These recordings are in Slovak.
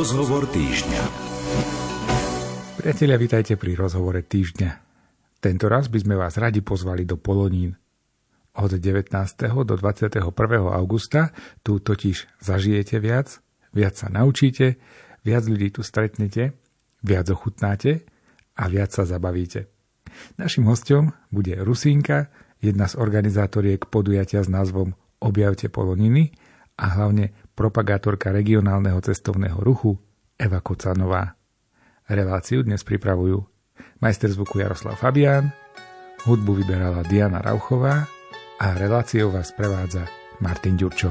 Rozhovor týždňa. Priatelia, vitajte pri Rozhovore týždňa. Tento raz by sme vás radi pozvali do Polonín. Od 19. do 21. augusta tu totiž zažijete viac sa naučíte, viac ľudí tu stretnete, viac ochutnáte a viac sa zabavíte. Naším hosťom bude Rusínka, jedna z organizátoriek podujatia s názvom Objavte Poloniny a hlavne propagátorka regionálneho cestovného ruchu Eva Kocanová. Reláciu dnes pripravujú majster zvuku Jaroslav Fabián, hudbu vyberala Diana Rauchová a reláciou vás prevádza Martin Ďurčo.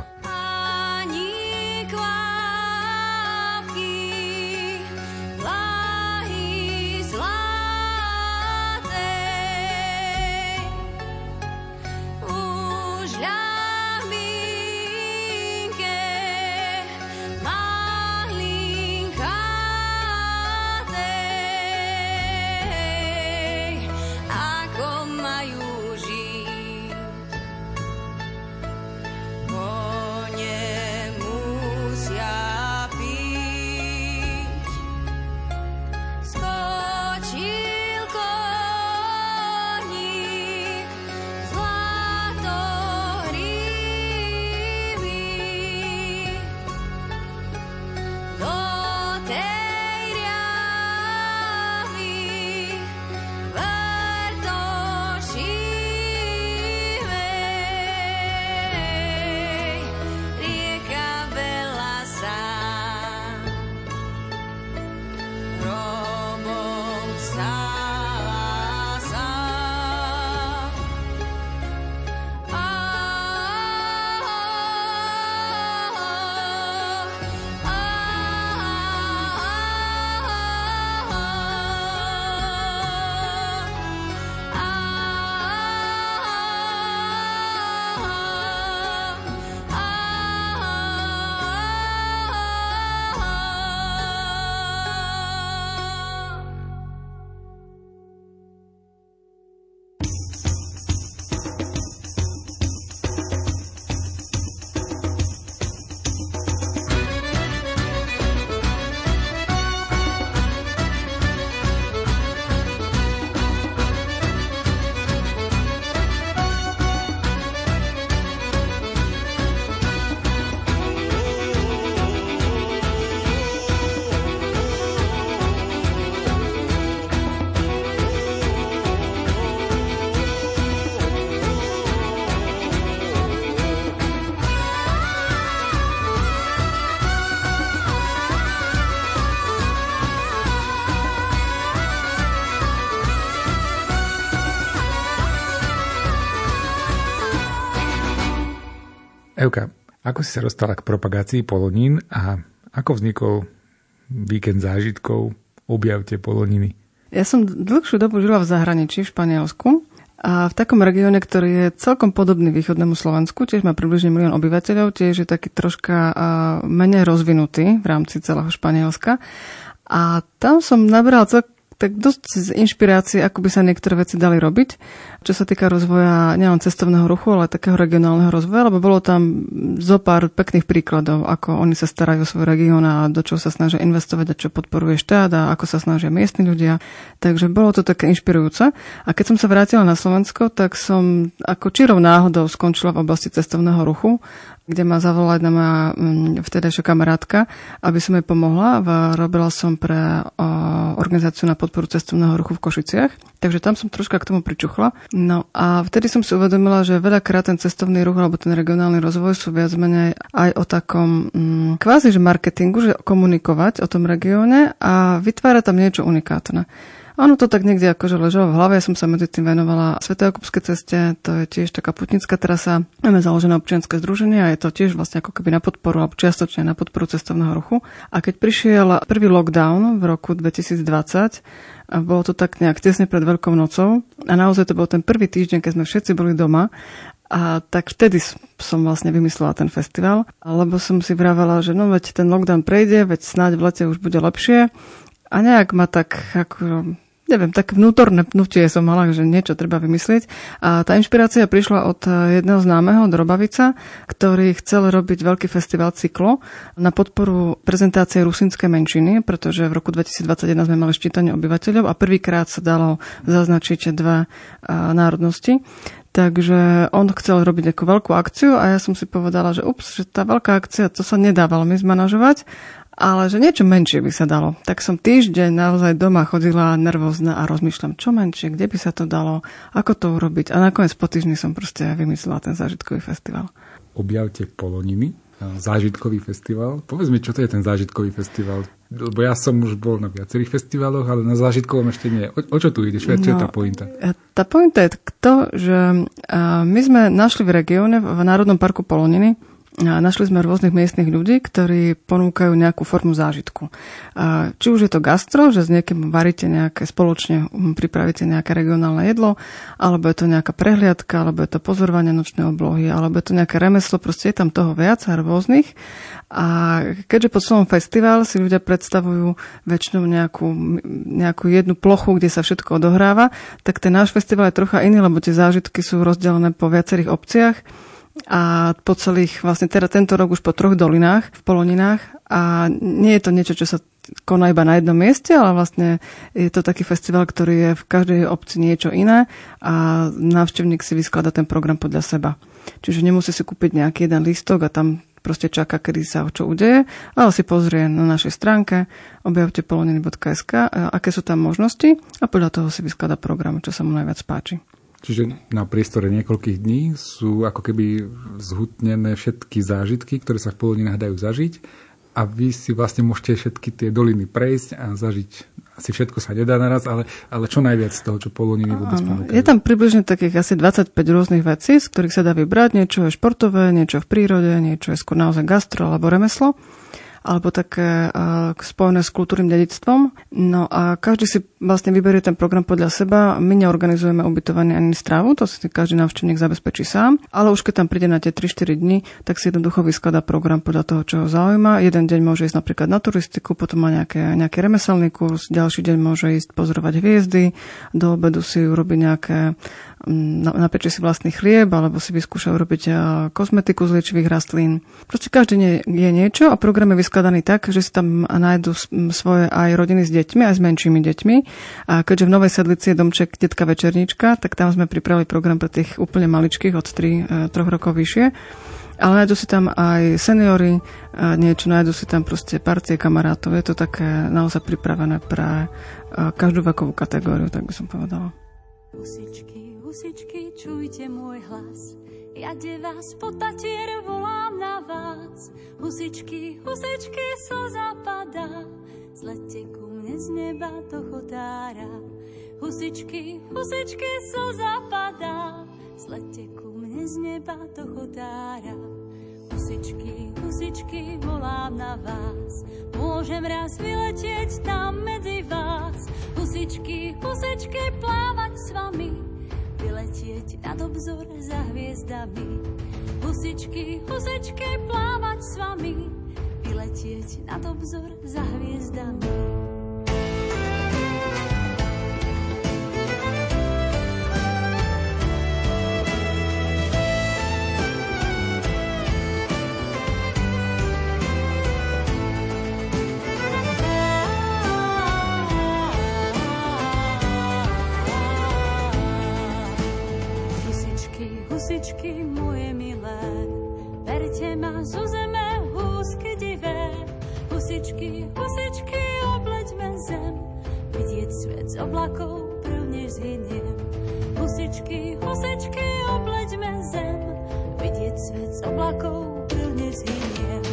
Evka, ako si sa dostala k propagácii Polonín a ako vznikol víkend zážitkov Objavte Poloniny? Ja som dlhšiu dobu žila v zahraničí, v Španielsku, a v takom regióne, ktorý je celkom podobný východnému Slovensku, tiež má približne 1 000 000 obyvateľov, tiež je taký troška menej rozvinutý v rámci celého Španielska. A tam som nabrala tak dosť z inšpirácie, ako by sa niektoré veci dali robiť, čo sa týka rozvoja nielen cestovného ruchu, ale takého regionálneho rozvoja, lebo bolo tam zo pár pekných príkladov, ako oni sa starajú o svoj región a do čoho sa snažia investovať a čo podporuje štát a ako sa snažia miestni ľudia. Takže bolo to také inšpirujúce. A keď som sa vrátila na Slovensko, tak som ako čirou náhodou skončila v oblasti cestovného ruchu, kde ma zavolala jedna moja vtedajšia kamarátka, aby som jej pomohla. Robila som pre organizáciu na podporu cestovného ruchu v Košiciach, takže tam som troška k tomu pričuchla. No a vtedy som si uvedomila, že veľakrát ten cestovný ruch alebo ten regionálny rozvoj sú viac menej aj o takom kvázi že marketingu, že komunikovať o tom regióne a vytvárať tam niečo unikátne. Ono to tak niekde akože ležalo v hlave. Ja som sa medzi tým venovala Svätojakubskej ceste, to je tiež taká putnická trasa. Máme založené občianske združenie a je to tiež vlastne ako keby na podporu, alebo čiastočne na podporu cestovného ruchu. A keď prišiel prvý lockdown v roku 2020, a bolo to tak nejak tesne pred Veľkou nocou a naozaj to bol ten prvý týždeň, keď sme všetci boli doma. A tak vtedy som vlastne vymyslela ten festival, lebo som si vravela, že no veď ten lockdown prejde, veď snáď v lete už bude lepšie. A nejak ma tak ako neviem, tak vnútorné pnutie som mala, že niečo treba vymyslieť. A tá inšpirácia prišla od jedného známeho Drobavica, ktorý chcel robiť veľký festival Cyklo na podporu prezentácie rusínskej menšiny, pretože v roku 2021 sme mali ščítanie obyvateľov a prvýkrát sa dalo zaznačiť dva národnosti. Takže on chcel robiť takú veľkú akciu a ja som si povedala, že že tá veľká akcia, to sa nedá veľmi zmanažovať, ale že niečo menšie by sa dalo. Tak som týždeň naozaj doma chodila nervózna a rozmýšľam, čo menšie, kde by sa to dalo, ako to urobiť. A nakoniec po týždni som proste vymyslela ten zážitkový festival. Objavte Poloniny, zážitkový festival. Povedz mi, čo to je ten zážitkový festival? Lebo ja som už bol na viacerých festivaloch, ale na zážitkovom ešte nie. O čo tu ideš? Čo je tá pointa? Tá pointa je to, že my sme našli v regióne, v Národnom parku Poloniny, našli sme rôznych miestnych ľudí, ktorí ponúkajú nejakú formu zážitku. Či už je to gastro, že s niekým varíte nejaké, spoločne pripravíte nejaké regionálne jedlo, alebo je to nejaká prehliadka, alebo je to pozorovanie nočnej oblohy, alebo je to nejaké remeslo, proste je tam toho viac a rôznych. A keďže po celom festival si ľudia predstavujú väčšinou nejakú jednu plochu, kde sa všetko odohráva, tak ten náš festival je trocha iný, lebo tie zážitky sú rozdelené po viacerých obciach a po celých, vlastne teda tento rok už po 3 dolinách v Poloninách a nie je to niečo, čo sa koná iba na jednom mieste, ale vlastne je to taký festival, ktorý je v každej obci niečo iné a návštevník si vyskladá ten program podľa seba. Čiže nemusí si kúpiť nejaký jeden lístok a tam proste čaká, kedy sa čo udeje, ale si pozrie na našej stránke objavtepoloniny.sk, aké sú tam možnosti a podľa toho si vyskladá program, čo sa mu najviac páči. Čiže na priestore niekoľkých dní sú ako keby zhutnené všetky zážitky, ktoré sa v Poloninách dajú zažiť a vy si vlastne môžete všetky tie doliny prejsť a zažiť. Asi všetko sa nedá naraz, ale čo najviac z toho, čo Poloniny vôbec ponúkajú. Je tam približne takých asi 25 rôznych vecí, z ktorých sa dá vybrať. Niečo je športové, niečo v prírode, niečo je skôr naozaj gastro alebo remeslo, alebo také spojené s kultúrnym dedičstvom. No a každý si vlastne vyberie ten program podľa seba. My neorganizujeme ubytovanie ani stravu, to si každý návštevník zabezpečí sám, ale už keď tam príde na tie 3-4 dni, tak si jednoducho vyskladá program podľa toho, čo ho zaujíma. Jeden deň môže ísť napríklad na turistiku, potom má nejaký remeselný kurz, ďalší deň môže ísť pozorovať hviezdy, do obedu si urobiť nejaké napečie si vlastný chlieb, alebo si vyskúša urobiť kozmetiku z liečivých rastlín. Proste každý deň je niečo a program je vyskladaný tak, že si tam nájdu svoje aj rodiny s deťmi, aj s menšími deťmi. A keďže v Novej Sedlici je domček Tetka Večerníčka, tak tam sme pripravili program pre tých úplne maličkých od 3 rokov vyššie. Ale nájdu si tam aj seniory, niečo, nájdu si tam proste partie kamarátov. Je to také naozaj pripravené pre každú vekovú kategóriu, tak by som povedala. Husičky, čujte môj hlas, jade vás po Tatier volám na vás. Husičky, slza padá, zlete ku mne z neba do chodára. Husičky, slza padá, zlete ku mne z neba do chodára. Husičky, volám na vás, môžem raz vyletieť tam medzi vás. Husičky, plávať s vami, vyletieť nad obzor za hviezdami. Husičky, plávať s vami, vyletieť nad obzor za hviezdami. Husičky moje milé, berte ma zo zeme húsky divé. Husičky, obleďme zem, vidieť svet z oblakov prvne zhyniem. Husičky, obleďme zem, vidieť svet z oblakov prvne zhyniem.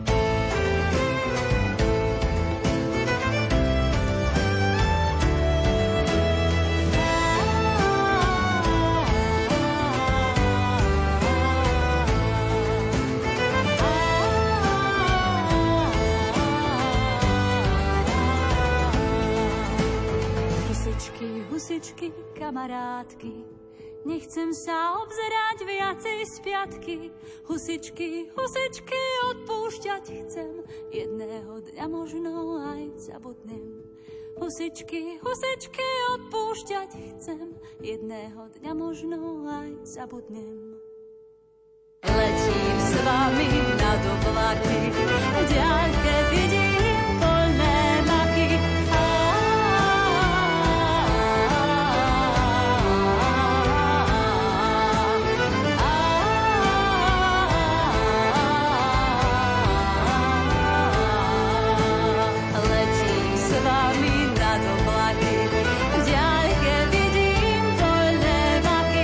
Husičky, kamarátky, nechcem sa obzerať viacej z piatky. Husičky, odpúšťať chcem, jedného dňa možno aj zabudnem. Husičky, husičky, odpúšťať chcem, jedného dňa možno aj zabudnem. Letím s vami nad oblaky, v diaľke vidím poľné maky. Letím s vami nad oblaky, v diaľke vidím poľné maky.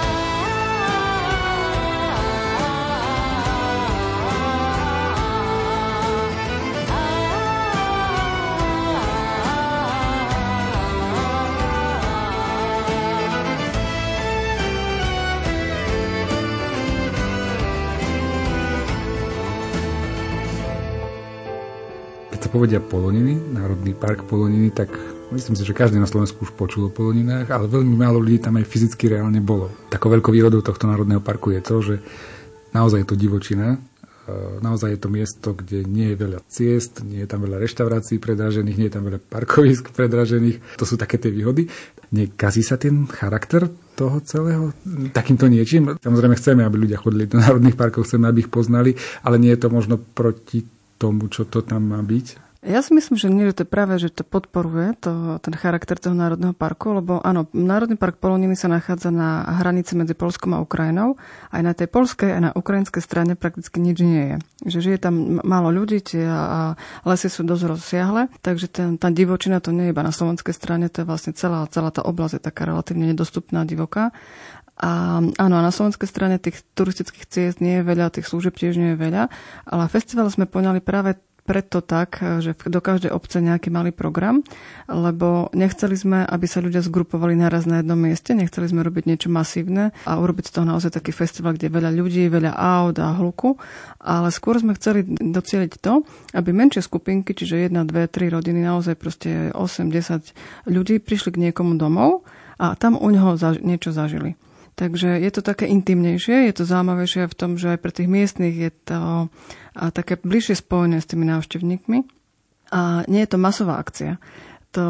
Keď sa povedia Poloniny, Národný park Poloniny, tak myslím si, že každý na Slovensku už počul o Poloninách, ale veľmi málo ľudí tam aj fyzicky reálne bolo. Takou veľkou výhodou tohto národného parku je to, že naozaj je to divočina, naozaj je to miesto, kde nie je veľa ciest, nie je tam veľa reštaurácií predražených, nie je tam veľa parkovisk predražených. To sú také tie výhody. Nekazí sa ten charakter toho celého takýmto niečím? Samozrejme chceme, aby ľudia chodili do národných parkov, chceme, aby ich poznali, ale nie je to možno proti tomu, čo to tam má byť? Ja si myslím, že nie, že to je práve, že to podporuje ten charakter toho národného parku, lebo áno, Národný park Poloniny sa nachádza na hranici medzi Poľskom a Ukrajinou. Aj na tej poľskej, aj na ukrajinskej strane prakticky nič nie je. Že žije tam málo ľudí a lesy sú dosť rozsiahle, takže tá divočina to nie je iba na slovenskej strane, to je vlastne celá tá oblasť je taká relatívne nedostupná, divoká. A áno, na slovenskej strane tých turistických ciest nie je veľa, tých služieb tiež nie je veľa, ale festival sme poňali práve preto tak, že do každej obce nejaký malý program, lebo nechceli sme, aby sa ľudia zgrupovali naraz na jednom mieste, nechceli sme robiť niečo masívne a urobiť z toho naozaj taký festival, kde je veľa ľudí, veľa aut a hluku, ale skôr sme chceli docieliť to, aby menšie skupinky, čiže 1, 2, 3 rodiny, naozaj proste 8-10 ľudí prišli k niekomu domov a tam u neho niečo zažili. Takže je to také intimnejšie, je to zaujímavejšie v tom, že aj pre tých miestnych je to také bližšie spojené s tými návštevníkmi. A nie je to masová akcia. To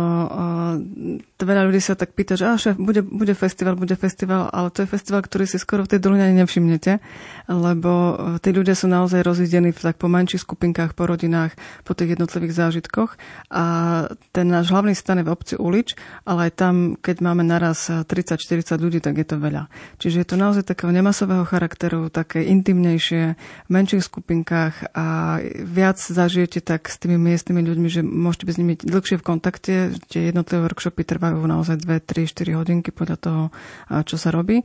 veľa ľudí sa tak pýta, že šéf, bude festival, ale to je festival, ktorý si skoro v tej doline ani nevšimnete, lebo tí ľudia sú naozaj rozídení tak po menších skupinkách, po rodinách, po tých jednotlivých zážitkoch a ten náš hlavný stan je v obci Ulič, ale aj tam, keď máme naraz 30-40 ľudí, tak je to veľa. Čiže je to naozaj takého nemasového charakteru, také intimnejšie, v menších skupinkách a viac zažijete tak s tými miestnymi ľuďmi, že môžete byť s nimi dlhšie v kontakte. Tie jednotlivé workshopy trvajú naozaj 2, 3, 4 hodinky podľa toho, čo sa robí.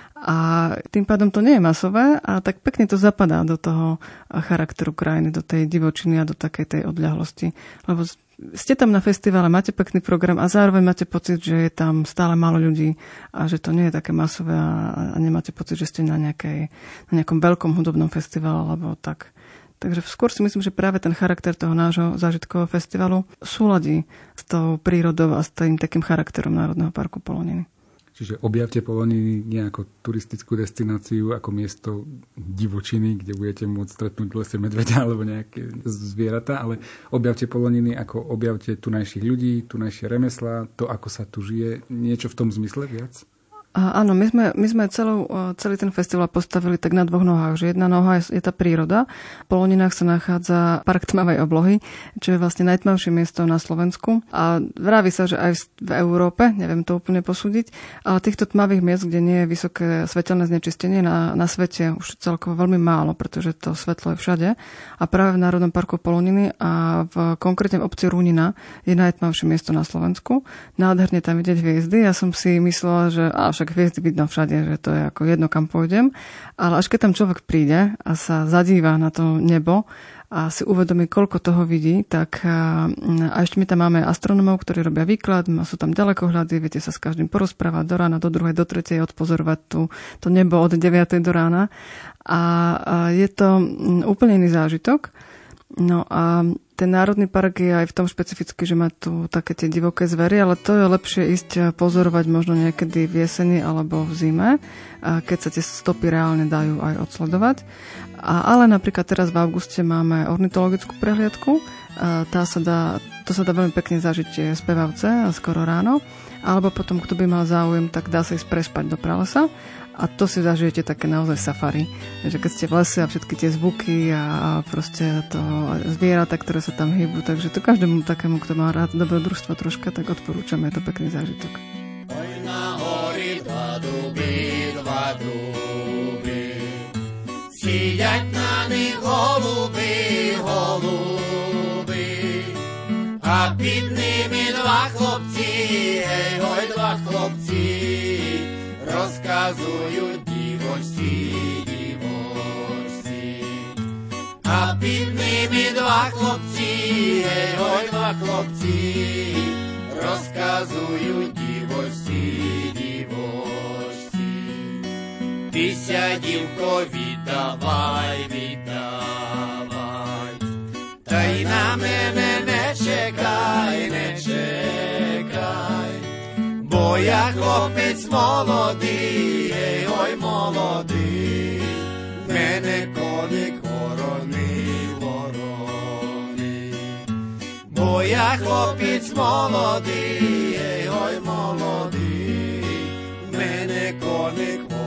A tým pádom to nie je masové a tak pekne to zapadá do toho charakteru krajiny, do tej divočiny a do takej tej odľahlosti. Lebo ste tam na festivale, máte pekný program a zároveň máte pocit, že je tam stále málo ľudí a že to nie je také masové a nemáte pocit, že ste na nejakom veľkom hudobnom festivale alebo tak. Takže skôr si myslím, že práve ten charakter toho nášho zážitkového festivalu súladí s tou prírodou a s tým takým charakterom Národného parku Poloniny. Čiže objavte Poloniny nie ako turistickú destináciu, ako miesto divočiny, kde budete môcť stretnúť v lese medveďa alebo nejaké zvieratá, ale objavte Poloniny ako objavte tunajších ľudí, tunajšie remeslá, to, ako sa tu žije. Niečo v tom zmysle viac? Áno, my sme celý ten festival postavili tak na 2 nohách, že jedna noha je tá príroda. V Poloninách sa nachádza park tmavej oblohy, čo je vlastne najtmavšie miesto na Slovensku. A vraví sa, že aj v Európe, neviem to úplne posúdiť, ale týchto tmavých miest, kde nie je vysoké svetelné znečistenie na svete už celkovo veľmi málo, pretože to svetlo je všade. A práve v Národnom parku Poloniny a konkrétne v obci Rúnina je najtmavšie miesto na Slovensku. Nádherne tam vidieť hviezdy. Ja som si myslela, že hviezdy vidno všade, že to je ako jedno, kam pôjdem. Ale až keď tam človek príde a sa zadíva na to nebo a si uvedomí, koľko toho vidí, tak a ešte my tam máme astronómov, ktorí robia výklad, sú tam ďalekohľady, viete sa s každým porozprávať do rána, do 2, do 3, odpozorovať to nebo od 9 do rána. A je to úplne iný zážitok. No a ten národný park je aj v tom špecificky, že má tu také tie divoké zvery, ale to je lepšie ísť pozorovať možno niekedy v jeseni alebo v zime, keď sa tie stopy reálne dajú aj odsledovať. Ale napríklad teraz v auguste máme ornitologickú prehliadku, to sa dá veľmi pekne zažiť spevavce a skoro ráno. Alebo potom, kto by mal záujem, tak dá sa ísť prespať do pralesa. A to si zažijete také naozaj safari. Že keď ste v lese a všetky tie zvuky a proste to zvieratá, ktoré sa tam hýbu. Takže to každému takému, kto má rád dobrodružstvo troška, tak odporúčam, je to pekný zážitok. Oj na hori dva duby, síďať na nich holuby, a pід nimi dva chlopci, hej, hoj, dva chlopci, rozkazujú divočci. A pід nimi dva chlopci, hej, hoj, dva chlopci, rozkazujú divočci. Ty sa, divko, vydávaj, taj na mene nečekaj, bo ja chlopec molodý, hej, oj, molodý, mene konik voroný. Bo ja chlopec molodý, hej, oj, molodý, mene konik voroný.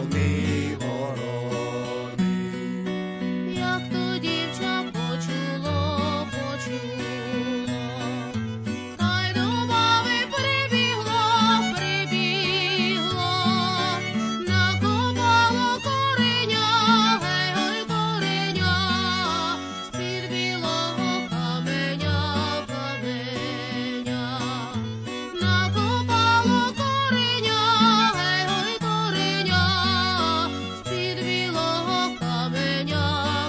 Jak to dівча почуло, та й до баби прибігло, накопало кореня, гей, кореня, з-під білого каменя, накопало кореня, гей, кореня, з-під білого каменя.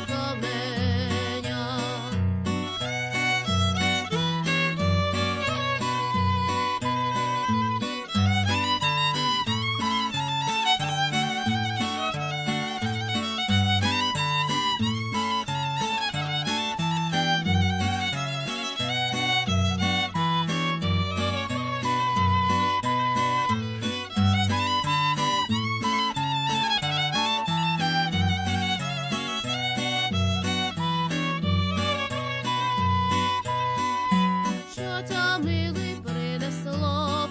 Що ця милий принесло,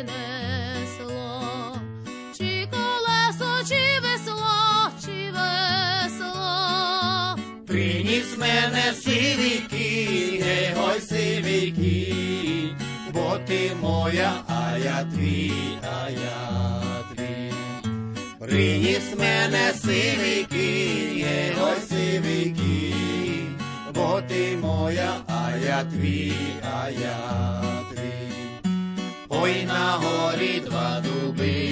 чи колесо, чи весло, Приніс мене сивики, гей, гой, сивики, бо ти моя, а я твій, Приніс мене сивики, гей, гой, сивики, бо ти моя, а я твій, Ой на горі два дуби,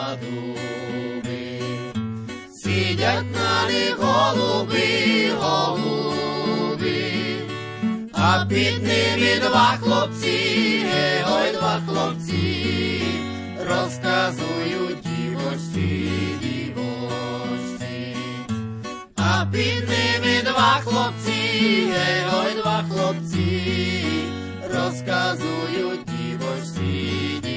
сидять на них голуби, а під ними два хлопці, гей, ой, два хлопці, розказують дівочці, а під ними два хлопці, гей, ой, два хлопці, розказують дівочці.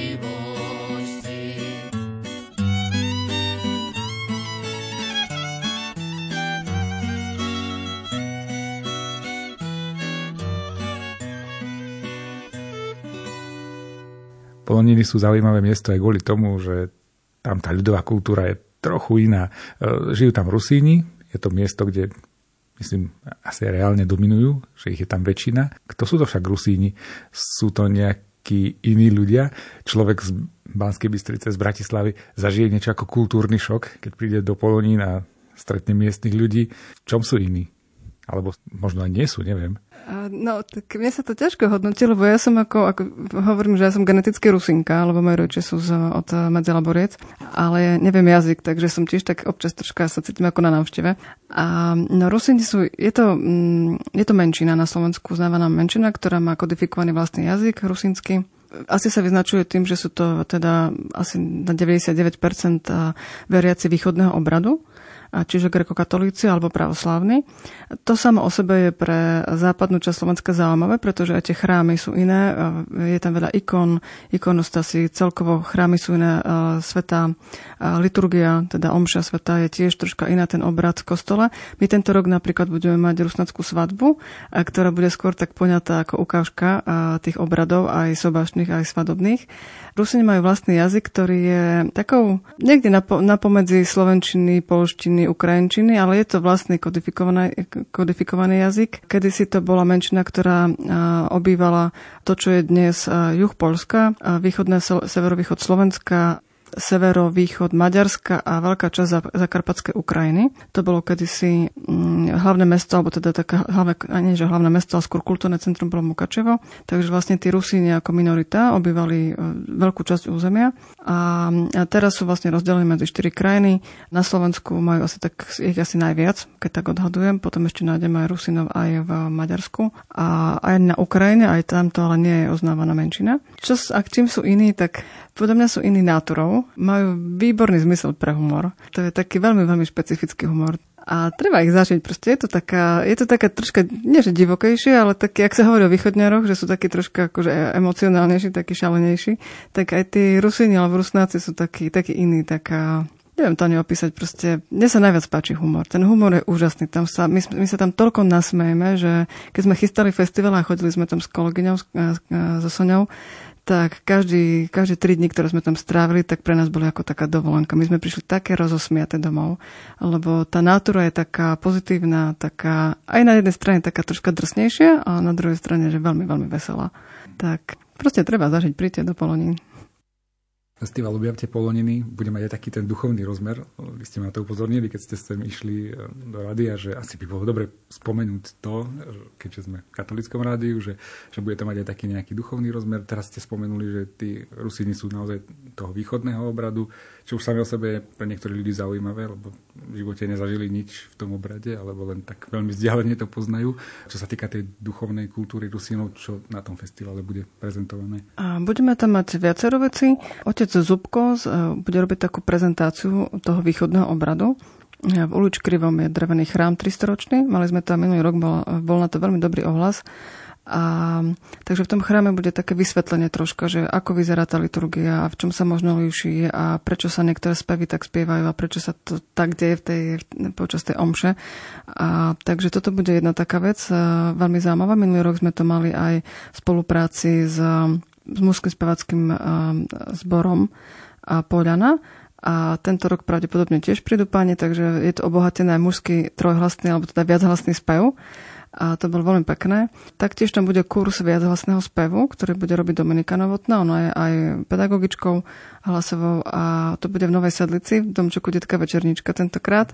Poloniny sú zaujímavé miesto aj kvôli tomu, že tam tá ľudová kultúra je trochu iná. Žijú tam Rusíni, je to miesto, kde, myslím, asi reálne dominujú, že ich je tam väčšina. Kto sú to však Rusíni? Sú to nejakí iní ľudia? Človek z Banskej Bystrice, z Bratislavy zažije niečo ako kultúrny šok, keď príde do Polonín a stretne miestnych ľudí. V čom sú iní? Alebo možno aj nie sú, neviem. No, tak mne sa to ťažko hodnotí, lebo ja som ako hovorím, že ja som geneticky Rusinka, lebo moji rodičia sú od Medzilaboriec, ale neviem jazyk, takže som tiež tak občas troška sa cítim ako na návšteve. A no, Rusini sú, je to menšina na Slovensku, uznávaná menšina, ktorá má kodifikovaný vlastný jazyk rusínsky. Asi sa vyznačuje tým, že sú to teda asi na 99% veriaci východného obradu. čiže grekokatolíci alebo pravoslávni. To samo o sebe je pre západnú časť Slovenska zaujímavé, pretože aj tie chrámy sú iné, je tam veľa ikonostasy, celkovo chrámy sú iné, svätá liturgia, teda omša svätá je tiež troška iná, ten obrad v kostole. My tento rok napríklad budeme mať rusnackú svadbu, ktorá bude skôr tak poňatá ako ukážka tých obradov, aj sobášnych, aj svadobných. Rusini majú vlastný jazyk, ktorý je takou niekde napomedzi slovenčiny, poľštiny, ukrajinčiny, ale je to vlastný kodifikovaný jazyk. Kedysi to bola menšina, ktorá obývala to, čo je dnes juh Poľska, východné severovýchod Slovenska, severovýchod Maďarska a veľká časť Zakarpatskej Ukrajiny. To bolo kedysi hlavné mesto, alebo teda také hlavné mesto, ale skôr kultúrne centrum bolo Mukačevo. Takže vlastne tí Rusíni ako minorita obývali veľkú časť územia a teraz sú vlastne rozdelení medzi 4 krajiny. Na Slovensku majú ich asi najviac, keď tak odhadujem. Potom ešte nájdeme aj Rusínov aj v Maďarsku a aj na Ukrajine, aj tam to ale nie je uznávaná menšina. Čím sú iní, tak podľa mňa sú iní náturou. Majú výborný zmysel pre humor. To je taký veľmi, veľmi špecifický humor. A treba ich zažiť. Proste je to taká troška, nie že divokejšie, ale taký, ak sa hovorí o východňaroch, že sú takí troška akože emocionálnejší, takí šalenejší, tak aj tí Rusíni alebo Rusnáci sú takí iní, taká... Neviem to ani opísať, proste mne sa najviac páči humor. Ten humor je úžasný. My sa tam toľko nasmejeme, že keď sme chystali festival a chodili sme tam s kolegyňou, so Soňou, tak každé 3 dni, ktoré sme tam strávili, tak pre nás boli ako taká dovolenka. My sme prišli také rozosmiaté domov, lebo tá nátura je taká pozitívna, taká aj na jednej strane taká troška drsnejšia a na druhej strane, že veľmi, veľmi veselá. Tak proste treba zažiť, príďte do Polonín. Festival Objavte Poloniny bude mať aj taký ten duchovný rozmer. Vy ste ma to upozornili, keď ste sem išli do rádia, že asi by bolo dobre spomenúť to, keďže sme v katolíckom rádiu, že bude to mať aj taký nejaký duchovný rozmer. Teraz ste spomenuli, že tí Rusíni sú naozaj toho východného obradu, čo už sami o sebe je pre niektorých ľudí zaujímavé, lebo v živote nezažili nič v tom obrade, alebo len tak veľmi vzdialene to poznajú. Čo sa týka tej duchovnej kultúry Rusínov, čo na tom festivale bude prezentované? Budeme tam mať viacero vecí. Otec Zubko bude robiť takú prezentáciu toho východného obradu. V Ulič Krivom je drevený chrám 300-ročný. Mali sme tam minulý rok, bol na to veľmi dobrý ohlas. Takže v tom chráme bude také vysvetlenie troška, že ako vyzerá tá liturgia a v čom sa možno líši a prečo sa niektoré spevy tak spievajú a prečo sa to tak deje počas tej omše. Takže toto bude jedna taká vec, veľmi zaujímavá. Minulý rok sme to mali aj v spolupráci s mužským spevackým zborom Poľana a tento rok pravdepodobne tiež prídu páni, takže je to obohatené aj mužský trojhlasný alebo teda viachlasný spev a to bolo veľmi pekné. Taktiež tam bude kurz viachlasného spevu, ktorý bude robiť Dominika Novotná, ona je aj pedagogičkou hlasovou a to bude v Novej Sedlici, v domčeku Detka Večerníčka tentokrát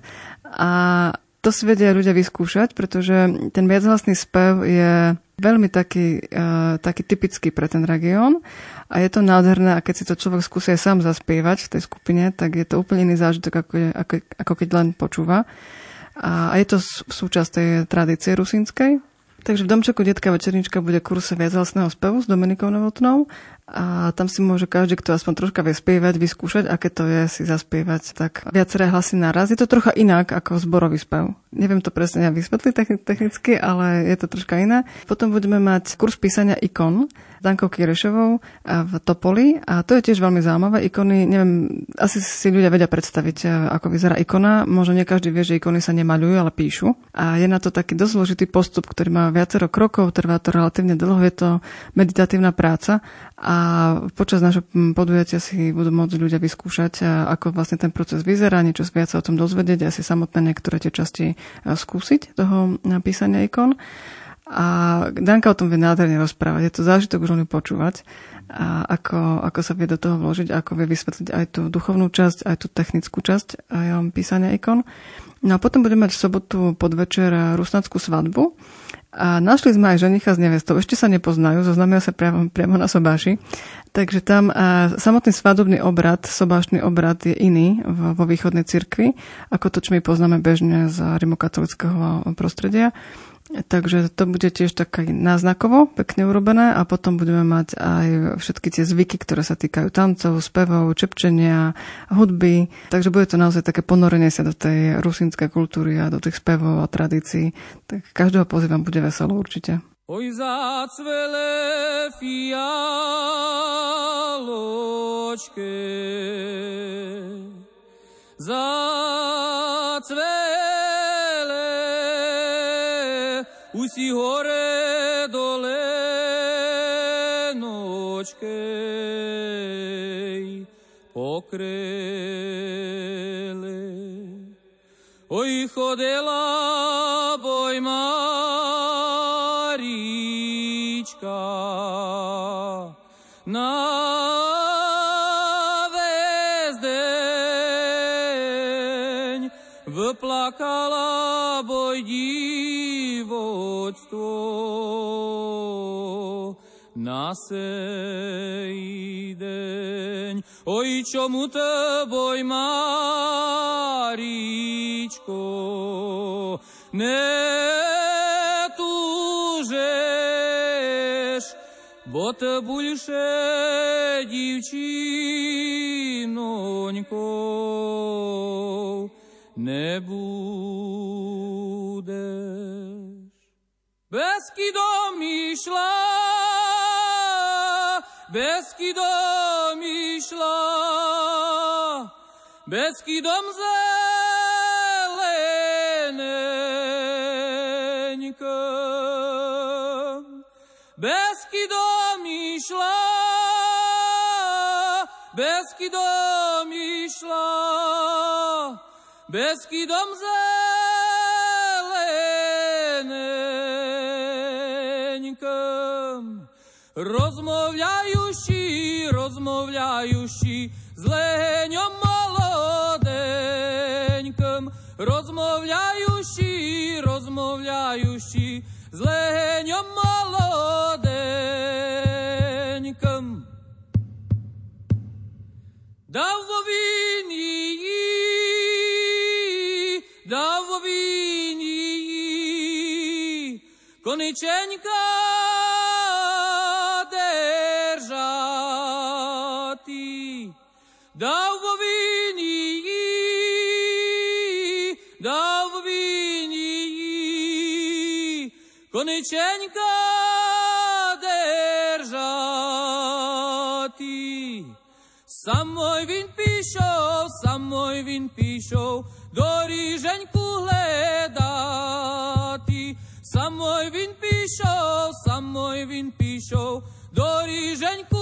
a to si vedia ľudia vyskúšať, pretože ten viachlasný spev je veľmi taký typický pre ten región a je to nádherné a keď si to človek skúsi aj sám zaspievať v tej skupine, tak je to úplne iný zážitok, ako keď len počúva. A je to súčasť tej tradície rusínskej. Takže v domčeku Detka Večerníčka bude kurz viachlasného spevu s Dominikou Novotnou a tam si môže každý, kto aspoň troška vie spievať, vyskúšať, aké to je si zaspievať tak viaceré hlasy naraz. Je to trocha inak ako zborový spev. Neviem to presne vysvetliť technicky, ale je to troška iné. Potom budeme mať kurz písania ikon s Dankou Kierešovou v Topoli a to je tiež veľmi zaujímavé. Ikony, neviem, asi si ľudia vedia predstaviť, ako vyzerá ikona. Možno nie každý vie, že ikony sa nemaľujú, ale píšu. A je na to taký dosť zložitý postup, ktorý má viacero krokov, trvá to relatívne dlho, je to meditatívna práca a počas nášho podujatia si budú môcť ľudia vyskúšať, ako vlastne ten proces vyzerá, niečo viac sa o tom dozvedieť a si samotné niektoré tie časti skúsiť toho písania ikon. A Danka o tom vie nádherne rozprávať. Je to zážitok už len počúvať, a ako sa vie do toho vložiť, ako vie vysvetliť aj tú duchovnú časť, aj tú technickú časť písania ikon. No a potom budeme mať v sobotu podvečer rusnackú svadbu. A našli sme aj ženicha s nevestou. Ešte sa nepoznajú, zoznamia sa priamo na sobáši. Takže tam samotný svadobný obrad, sobášny obrad je iný vo východnej cirkvi, ako to, čo my poznáme bežne z rimokatolického prostredia. Takže to bude tiež také náznakovo, pekne urobené a potom budeme mať aj všetky tie zvyky, ktoré sa týkajú tancov, spevov, čepčenia, hudby. Takže bude to naozaj také ponorenie sa do tej rusínskej kultúry a do tých spevov a tradícií. Tak každého pozývam, bude veselo určite. Oj, zacvele fialočke, zacvele, už si hore dole nočkej pokrele. Oj, chodela boj Marička na vezdeň, vplakala boj divočstvo na sej deň. Oj, čomu to boj Maričko netúžeš, bo to buľše divčinoňkou nebudeš. Beskydom išla, Beskydom išla, Beskydom zeleneňkom. Beskydom išla, Beskydom išla, Beskydom zeleneňkom. Rozmовляючи з легенем молоденьким, розмовляючи з легенем молоденьким. Дав вовині, кониченька держати. Дав вовині, кониченька держати. Самой він пішов, доріженьку гледати. Самой він пішов, доріженьку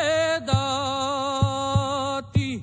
гледати.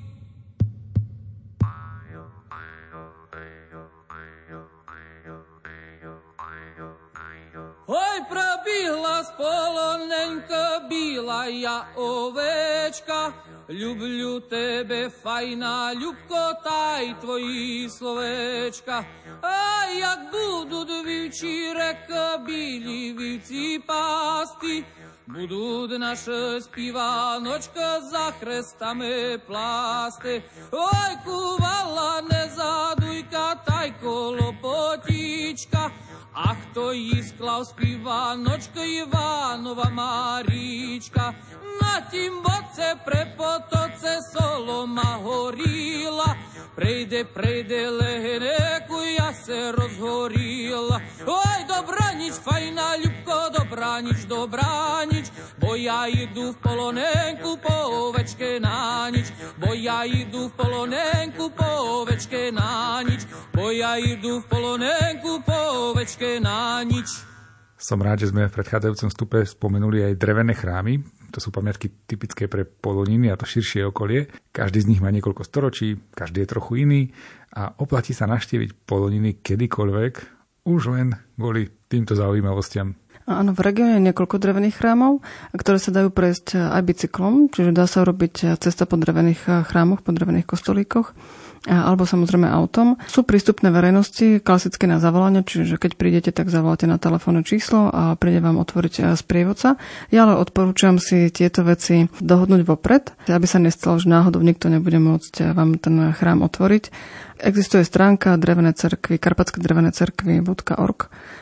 Ой, пробігла з полоненька білая овечка. Люблю тебе, файна Любко, та й твої словечка. А як будуть вівчі река, білі вівці пасти, будуть наша співаночка за хрестами пласти. Ой, кувала не задуйка, та й колопотічка, а хто їй склав співаночка Іванова Марічка. На тім боце препотоце солома горіла, прийде легенеку, я се розгоріла. Ой, добраніч, файна Любко, добраніч, бо я йду в полоненьку по овечки на ніч, бо я йду в полоненьку по овечки на ніч, бо я йду в полоненьку по овечки на ніч. Som rád, že sme v predchádzajúcom stupe spomenuli aj drevené chrámy. To sú pamiatky typické pre Poloniny a to širšie okolie. Každý z nich má niekoľko storočí, každý je trochu iný a oplatí sa navštíviť Poloniny kedykoľvek, už len kvôli týmto zaujímavostiam. Áno, v regióne je niekoľko drevených chrámov, ktoré sa dajú prejsť aj bicyklom, čiže dá sa urobiť cesta po drevených chrámoch, po drevených kostolíkoch, alebo samozrejme autom. Sú prístupné verejnosti, klasicky na zavolanie, čiže keď prídete, tak zavoláte na telefónne číslo a príde vám otvoriť sprievodca. Ja ale odporúčam si tieto veci dohodnúť vopred, aby sa nestalo, že náhodou nikto nebude môcť vám ten chrám otvoriť. Existuje stránka drevené cerkvy, karpatskadrevenecerkvy.org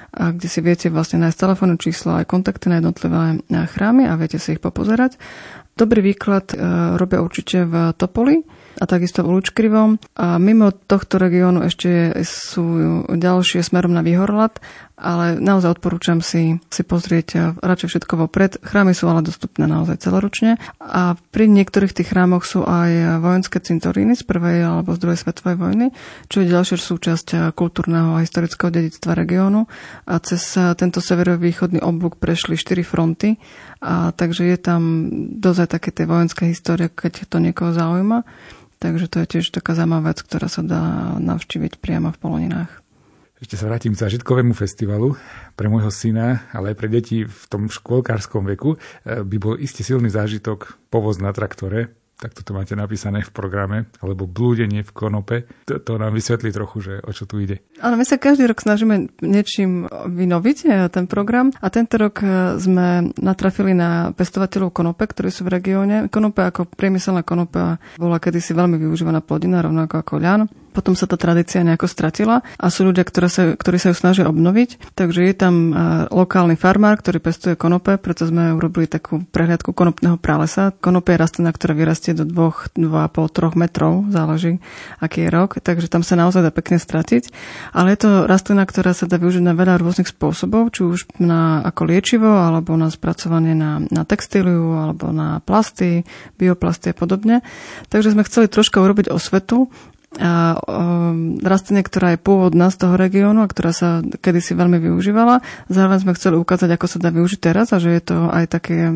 kde si viete vlastne nájsť telefónne číslo aj kontakty na jednotlivé chrámy a viete si ich popozerať. Dobrý výklad robia určite v Topoli a takisto v Lučkrivom. A mimo tohto regiónu ešte sú ďalšie smerom na Výhorlat, ale naozaj odporúčam si pozrieť radšej všetko vopred. Chrámy sú ale dostupné naozaj celoročne a pri niektorých tých chrámoch sú aj vojenské cintoríny z prvej alebo z druhej svetovej vojny, čo je ďalšia súčasť kultúrneho a historického dedičstva regiónu. A cez tento severovýchodný oblúk prešli 4 fronty, a takže je tam dosť také tie vojenské histórie, keď to niekoho zaujíma. Takže to je tiež taká zaujímavá vec, ktorá sa dá navštíviť priamo v Poloninách. Ešte sa vrátim k zážitkovému festivalu. Pre môjho syna, ale aj pre deti v tom škôlkárskom veku by bol iste silný zážitok povoz na traktore. Tak toto máte napísané v programe, alebo blúdenie v konope. To nám vysvetlí trochu, že o čo tu ide. Áno, my sa každý rok snažíme niečím vynoviť ten program a tento rok sme natrafili na pestovateľov konope, ktorí sú v regióne. Konope ako priemyselná konopa bola kedysi veľmi využívaná plodina, rovnako ako ľan. Potom sa tá tradícia nejako stratila a sú ľudia, ktorí sa ju snažia obnoviť. Takže je tam lokálny farmár, ktorý pestuje konope, preto sme urobili takú prehliadku konopného pralesa. Konope je rastlina, ktorá vyrastie do 2,5-3 metrov, záleží, aký je rok, takže tam sa naozaj dá pekne stratiť. Ale je to rastlina, ktorá sa dá využiť na veľa rôznych spôsobov, či už ako liečivo, alebo na spracovanie na textíliu, alebo na plasty, bioplasty a podobne. Takže sme chceli troška urobiť osvetu a rastlina, ktorá je pôvodná z toho regiónu a ktorá sa kedysi veľmi využívala. Zároveň sme chceli ukázať, ako sa dá využiť teraz a že je to aj také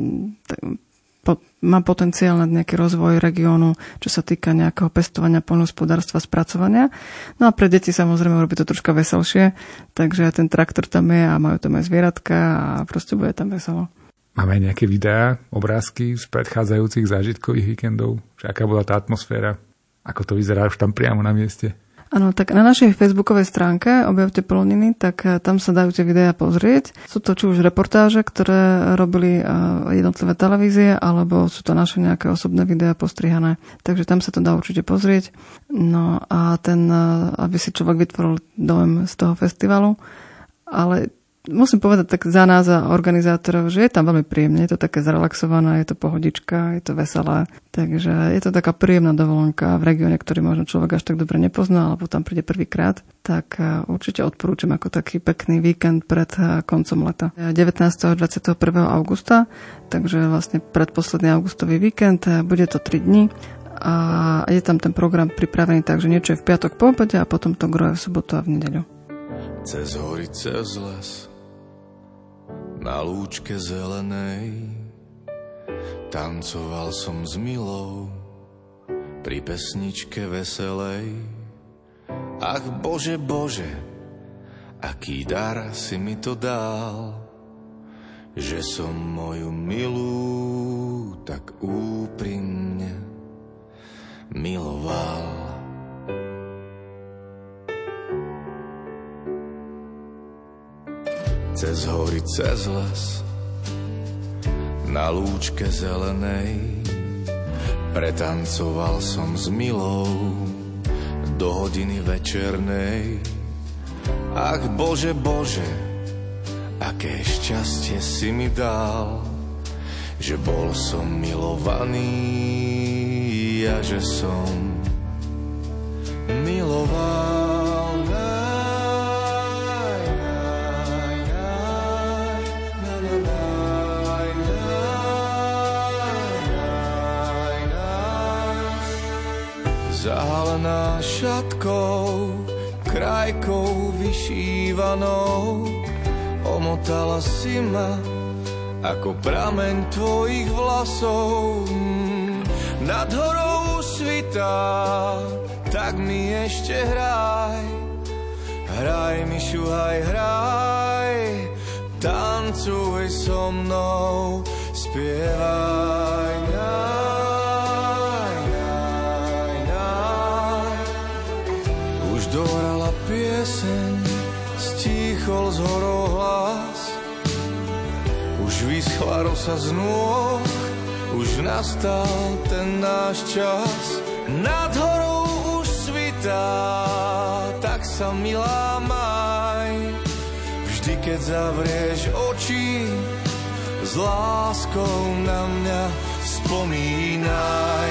má potenciál na nejaký rozvoj regiónu, čo sa týka nejakého pestovania, poľnohospodárstva, spracovania. No a pre deti samozrejme robí to troška veselšie, takže ten traktor tam je a majú tam aj zvieratka a proste bude tam veselo. Máme aj nejaké videá, obrázky z predchádzajúcich zážitkových víkendov? Aká bola tá atmosféra? Ako to vyzerá už tam priamo na mieste? Áno, tak na našej facebookovej stránke Objavte Poloniny, tak tam sa dajú tie videá pozrieť. Sú to či už reportáže, ktoré robili jednotlivé televízie, alebo sú to naše nejaké osobné videá postrihané. Takže tam sa to dá určite pozrieť. No a aby si človek vytvoril dojem z toho festivalu. Ale musím povedať tak za nás a organizátorov, že je tam veľmi príjemne, je to také zrelaxované, je to pohodička, je to veselé. Takže je to taká príjemná dovolenka v regióne, ktorý možno človek až tak dobre nepozná, alebo tam príde prvýkrát. Tak určite odporúčam ako taký pekný víkend pred koncom leta. 19. až 21. augusta, takže vlastne predposledný augustový víkend, bude to 3 dni. A je tam ten program pripravený, takže niečo je v piatok po obede a potom to groje v sobotu a v nedeľu. Cez hory, cez les, na lúčke zelenej, tancoval som s milou pri pesničke veselej. Ach Bože, Bože, aký dar si mi to dal, že som moju milú tak úprimne miloval. Cez hory, cez les, na lúčke zelenej, pretancoval som s milou do hodiny večernej. Ach Bože, Bože, aké šťastie si mi dal, že bol som milovaný a že som miloval. Zahalená šatkou, krajkou vyšívanou, omotala si ma ako prameň tvojich vlasov. Nad horou svitá, tak mi ešte hraj. Hraj mi, šuhaj, hraj, tancuj so mnou, spievaj nám. Dohrala pieseň, stíchol z horou hlas, už vyschla rosa z nôh, už nastal ten náš čas. Nad horou už svitá, tak sa milá maj, v keď zavrieš oči, s láskou na mňa spomínaj.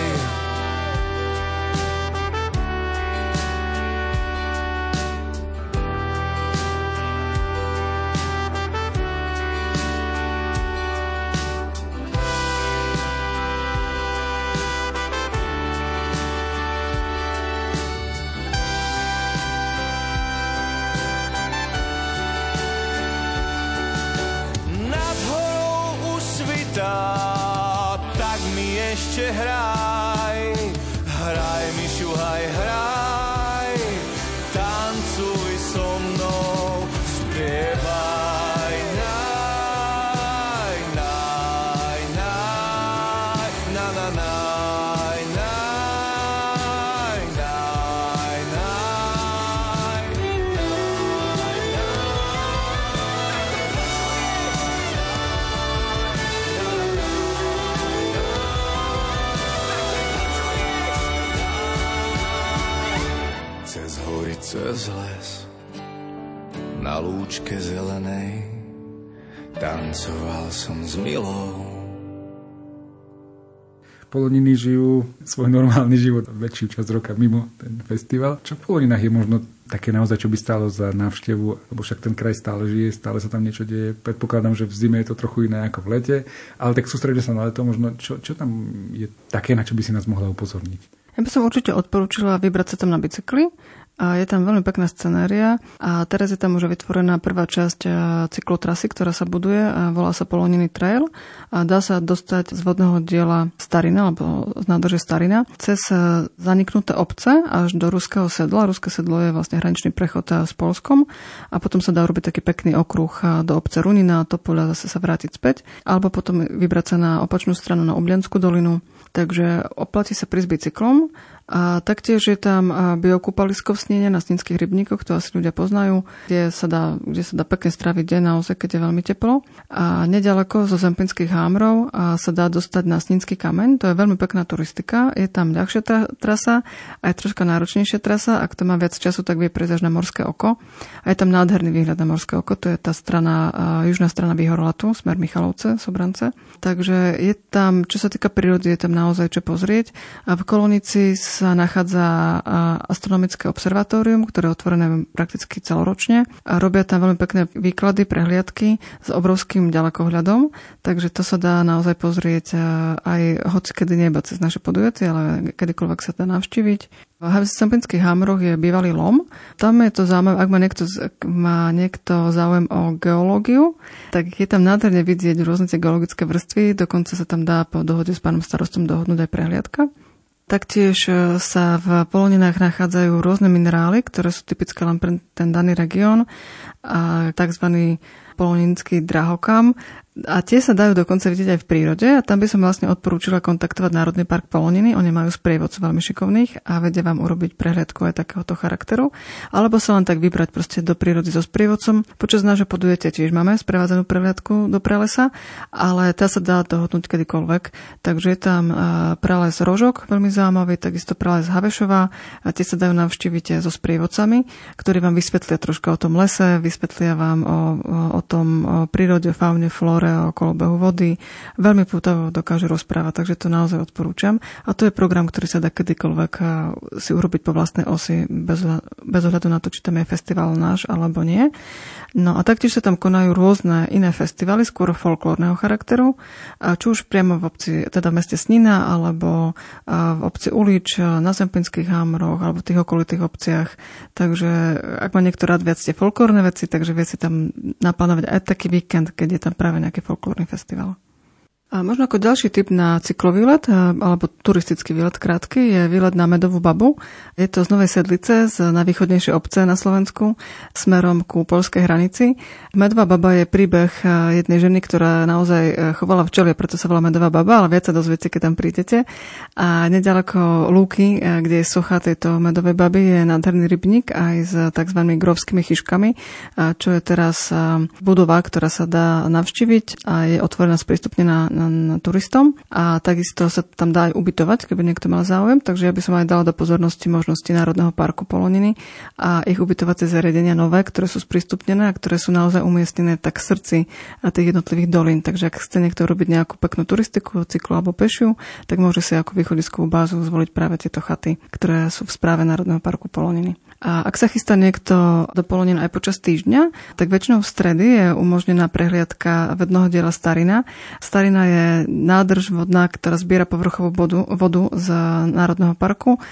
Tak mi ešte hraj, hraj mi šuhaj, hraj, tancuj so mnou, spievaj, naj, naj, naj, na, na, naj, naj, naj, naj, cez hory, cez les, na lúčke zelenej, tancoval som s milou. Poloniny žijú svoj normálny život väčšiu časť roka mimo ten festival. Čo v Poloninách je možno také naozaj, čo by stálo za návštevu, lebo však ten kraj stále žije, stále sa tam niečo deje. Predpokladám, že v zime je to trochu iné ako v lete, ale tak sústredia sa na leto, možno čo tam je také, na čo by si nás mohla upozorniť? Ja by som určite odporúčila vybrať sa tam na bicykli. A je tam veľmi pekná scenéria a teraz je tam už vytvorená prvá časť cyklotrasy, ktorá sa buduje a volá sa Poloniny Trail a dá sa dostať z vodného diela Starina alebo z nádrže Starina cez zaniknuté obce až do Ruského sedla. Ruské sedlo je vlastne hraničný prechod s Poľskom a potom sa dá urobiť taký pekný okruh do obce Runina a Topoľa zase sa vrátiť späť alebo potom vybrať sa na opačnú stranu na Oblianskú dolinu. Takže oplatí sa prísť bicyklom a taktiež je tam biokúpalisko v Snine na Sninských rybníkoch, to asi ľudia poznajú, kde sa dá pekne stráviť deň naozaj, keď je veľmi teplo. A nedaleko zo Zemplínskych hámrov sa dá dostať na Sninský kameň, to je veľmi pekná turistika, je tam ľahšia trasa, aj troška náročnejšia trasa, ak to má viac času, tak vie prejsť až na Morské oko. A je tam nádherný výhľad na Morské oko, to je tá strana, južná strana Výhorlatu, smer Michalovce, Sobrance. Takže je tam, čo sa týka prírody, je tam naozaj čo pozrieť. A v Kolonici sa nachádza astronomické observatórium, ktoré je otvorené prakticky celoročne a robia tam veľmi pekné výklady, prehliadky s obrovským ďalekohľadom, takže to sa dá naozaj pozrieť aj hocikedy nie iba cez naše podujatie, ale kedykoľvek sa dá navštíviť. V Zemplínskych hámroch je bývalý lom. Tam je to zaujímavé, ak má niekto záujem o geológiu, tak je tam nádherne vidieť rôzne tie geologické vrstvy, dokonca sa tam dá po dohode s pánom starostom dohodnúť aj prehliadka. Taktiež sa v Poloninách nachádzajú rôzne minerály, ktoré sú typické len pre ten daný región, a tzv. Poloninský drahokam. A tie sa dajú dokonca vidieť aj v prírode a tam by som vlastne odporúčila kontaktovať Národný park Poloniny. Oni majú sprievodcov veľmi šikovných a vedia vám urobiť prehliadku aj takéhoto charakteru. Alebo sa len tak vybrať proste do prírody so sprievodcom. Počas nášho podujatia tiež máme sprevádzenú prehliadku do pralesa, ale tá sa dá dohodnúť kedykoľvek. Takže je tam prales Rožok, veľmi zaujímavý, takisto prales Havešová a tie sa dajú navštíviť so sprievodcami, ktorí vám vysvetlia troška o tom lese, vysvetlia vám o tom prírode, faune, flóre, o kolobehu vody. Veľmi pútavo dokáže rozprávať, takže to naozaj odporúčam. A to je program, ktorý sa dá kedykoľvek si urobiť po vlastnej osi, bez ohľadu na to, či tam je festival náš alebo nie. No a taktiež sa tam konajú rôzne iné festivaly, skôr folklórneho charakteru, či už priamo v obci, teda v meste Snina, alebo v obci Ulič, na Zemplínskych hámroch, alebo v tých okolitých obciach. Takže ak má niekto rád viac tie folklórne veci, takže vie si tam naplánovať aj taký víkend, keď je tam práve nejaký folklórny festival. A možno ako ďalší typ na cyklový výlet, alebo turistický výlet krátky, je výlet na Medovú babu. Je to z Novej Sedlice, z najvýchodnejšej obce na Slovensku, smerom ku poľskej hranici. Medová baba je príbeh jednej ženy, ktorá naozaj chovala včelie, preto sa volá Medová baba, ale viac sa dozviete, keď tam prídete. A nedaleko lúky, kde je socha tejto medovej baby, je nádherný rybník aj s tzv. Grovskými chyškami, čo je teraz budova, ktorá sa dá navštíviť a je otvorená sprístupnená na turistom a takisto sa tam dá aj ubytovať, keby niekto mal záujem, takže ja by som aj dala do pozornosti možnosti Národného parku Poloniny a ich ubytovacie zariadenia nové, ktoré sú sprístupnené a ktoré sú naozaj umiestnené tak v srdci tých jednotlivých dolín. Takže ak chce niekto robiť nejakú peknú turistiku, cyklu alebo pešiu, tak môže si ako východiskovú bázu zvoliť práve tieto chaty, ktoré sú v správe Národného parku Poloniny. A ak sa chystá niekto do Polonín aj počas týždňa, tak väčšinou v stredy je umožnená prehliadka vedného diela Starina. Starina je nádrž vodná, ktorá zbiera povrchovú vodu z Národného parku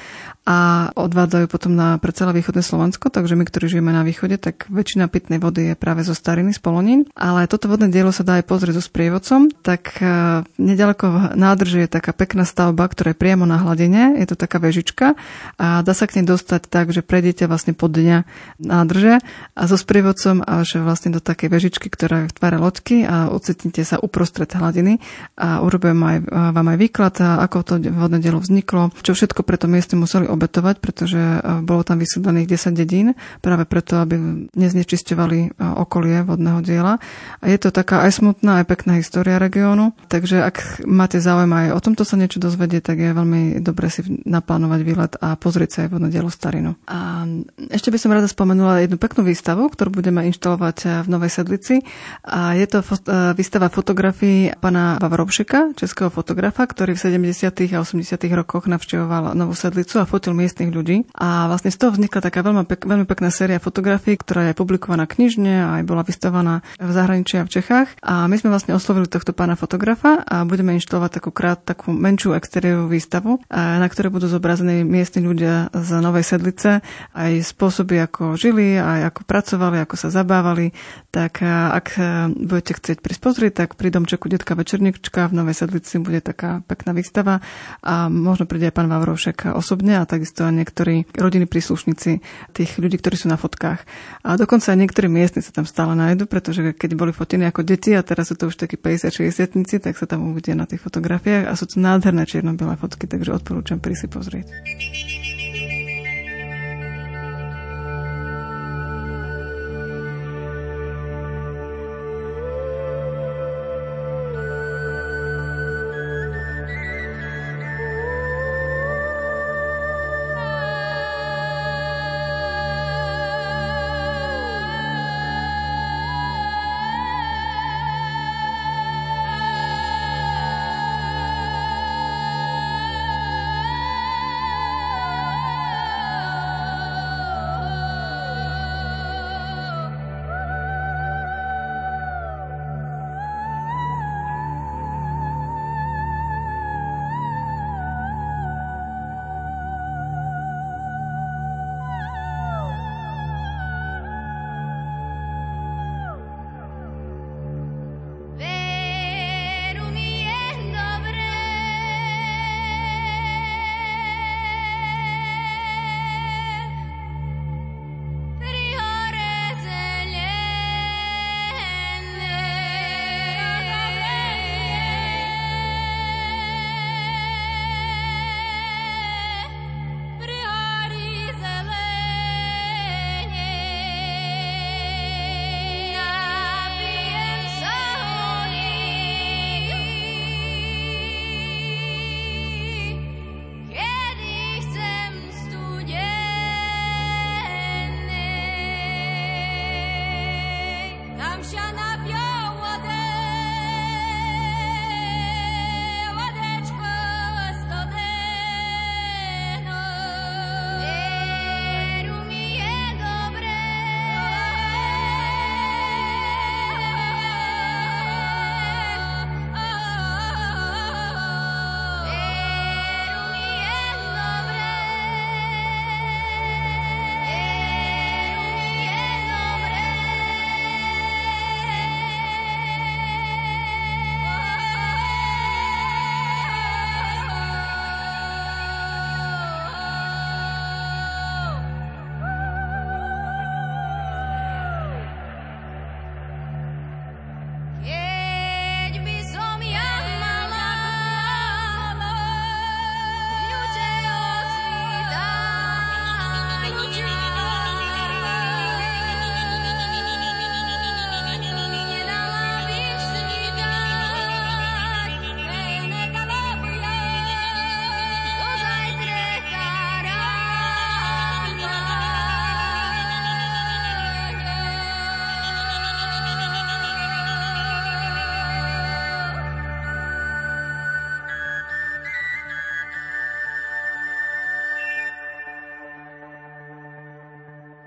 a odvádzajú potom pre celé východné Slovensko, takže my, ktorí žijeme na východe, tak väčšina pitnej vody je práve zo Stariny, z Polonín. Ale toto vodné dielo sa dá aj pozrieť so sprievodcom, tak nedaleko v nádrži je taká pekná stavba, ktorá je priamo na hladine, je to taká vežička a dá sa k nej dostať tak, že prejdete vlastne pod dňa nádrže a so sprievodcom až vlastne do takej vežičky, ktorá tvára loďky a ocitnite sa uprostred hladiny a urobím vám aj výklad, ako to vodné dielo vzniklo, čo všetko preto mieste museli obetovať, pretože bolo tam vysídlených 10 dedín, práve preto, aby neznečisťovali okolie vodného diela. A je to taká aj smutná, aj pekná história regiónu, takže ak máte záujem aj o tomto sa niečo dozvedieť, tak je veľmi dobre si naplánovať výlet a pozrieť sa aj vodné dielo Starinu. A ešte by som rada spomenula jednu peknú výstavu, ktorú budeme inštalovať v Novej Sedlici. A je to výstava fotografií pana Vavrovšeka, českého fotografa, ktorý v 70. a 80. rokoch navštevoval Novú Sedlicu a fotil miestnych ľudí. A vlastne z toho vznikla taká veľmi pekná séria fotografií, ktorá je publikovaná knižne a aj bola vystavovaná v zahraničí a v Čechách. A my sme vlastne oslovili tohto pána fotografa a budeme inštalovať takú menšiu exteriérovú výstavu, na ktorej budú zobrazení miestni ľudia z Novej Sedlice, aj spôsoby, ako žili, aj ako pracovali, ako sa zabávali. Tak ak budete chcieť prísť pozrieť, tak pri domčeku Detka Večernička v Novej Sedlici bude taká pekná výstava a možno príde aj pán Vavrovšek osobne a takisto aj niektorí rodinní príslušníci tých ľudí, ktorí sú na fotkách. A dokonca aj niektorí miestni sa tam stále nájdu, pretože keď boli fotení ako deti a teraz sú to už takí 50-60-tníci, tak sa tam uvidia na tých fotografiách a sú to nádherné čierno-biele fotky, takže odporúčam prísť si pozrieť.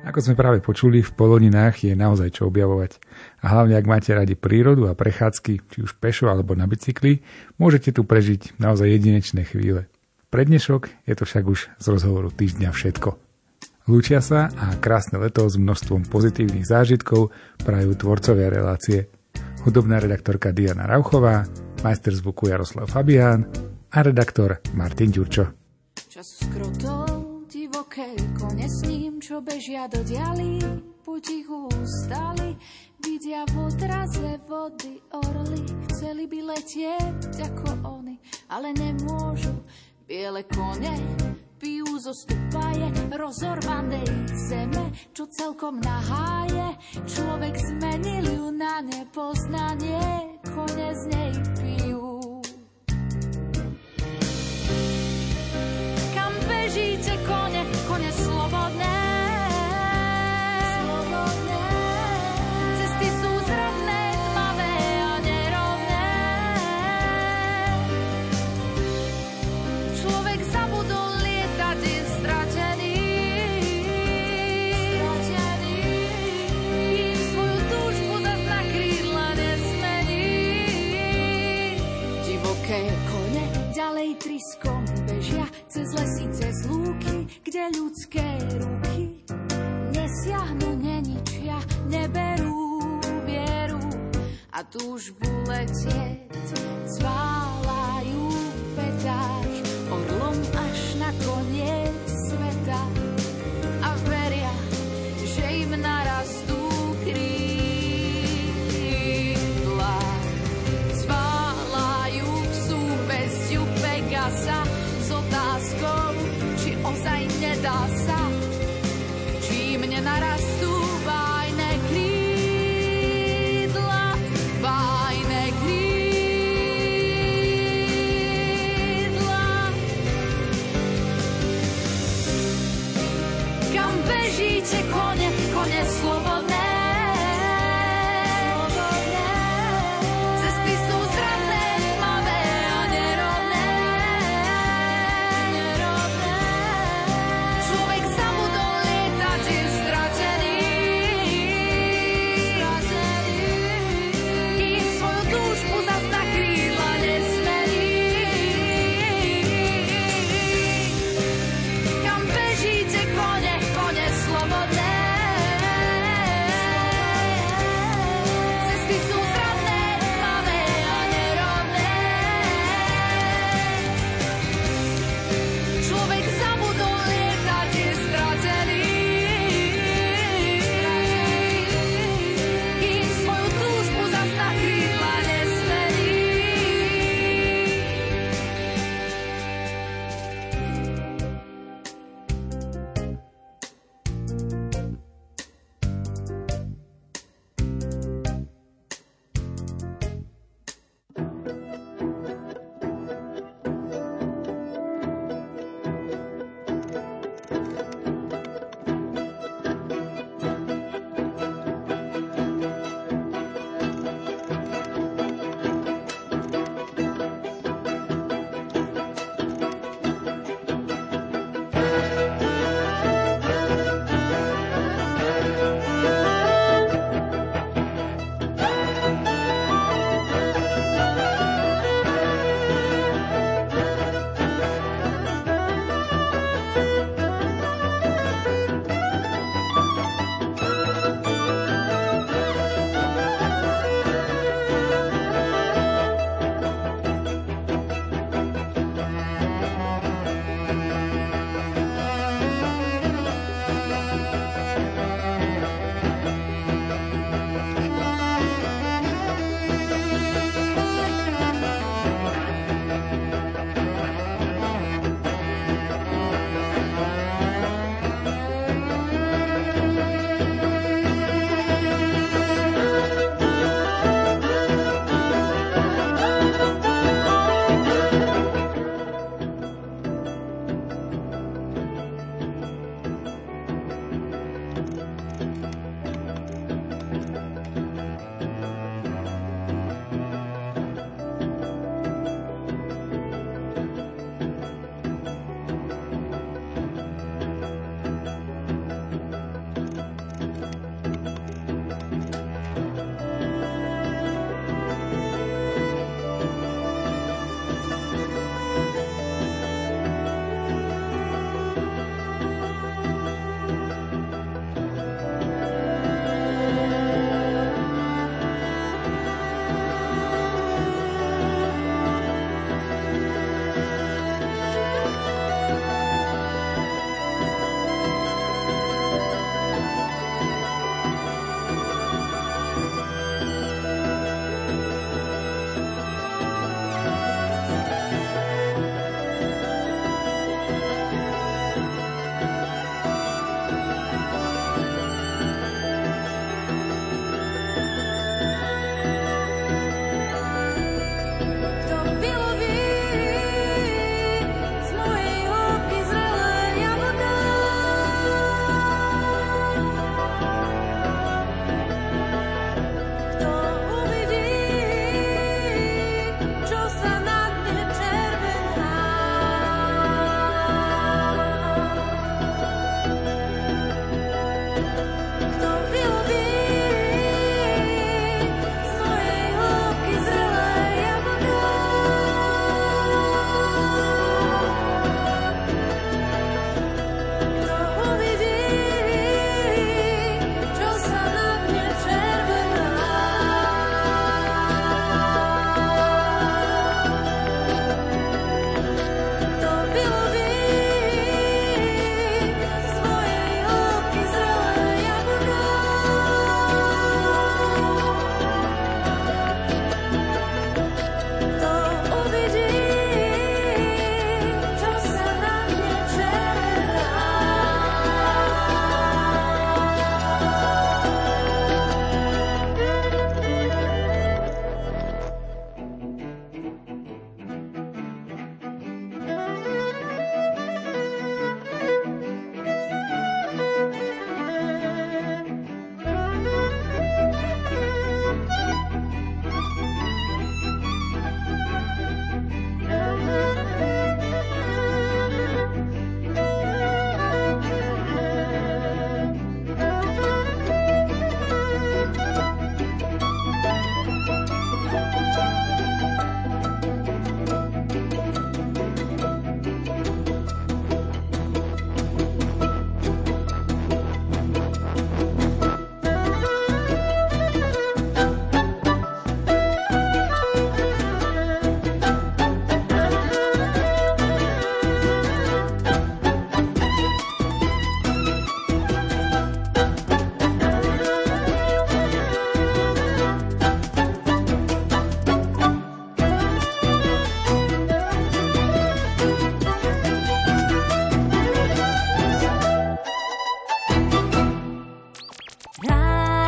Ako sme práve počuli, v Poloninách je naozaj čo objavovať. A hlavne, ak máte radi prírodu a prechádzky, či už pešo alebo na bicykli, môžete tu prežiť naozaj jedinečné chvíle. Pre dnešok je to však už z rozhovoru týždňa všetko. Lúčia sa a krásne leto s množstvom pozitívnych zážitkov prajú tvorcovia relácie. Hudobná redaktorka Diana Rauchová, majster zvuku Jaroslav Fabián a redaktor Martin Ďurčo. Čas skrotol divoké kone s ním, čo bežia do dialy, putichu ustali, vidia v odraze vody orly, chceli by letieť ako oni, ale nemôžu. Biele kone pijú zo stupaje rozorvanej zeme, čo celkom nahá je. Človek zmenil ju na nepoznanie, kone z nej pijú. Kam bežíte kone, kone slobodné? Slobodné. Cesty sú zradné, tmavé a nerovné. Človek zabudol lietať, je stratený. Stratený. Svoju túžbu zas na krídla nesmení. Divoké kone ďalej tryskom bežia cez lesy, cez lúky, kde ľudské ruky nesiahnu, neničia, neberú vieru a túžbu letieť zválajú petáž orlom až na koniec sveta a veria, že im narastú krídla. Zválajú k súbesťu Pegasa s otázkou, či ozaj nedá sa, čím nenarastú bájne krídla, bájne krídla. Kam bežíte kone, kone slova?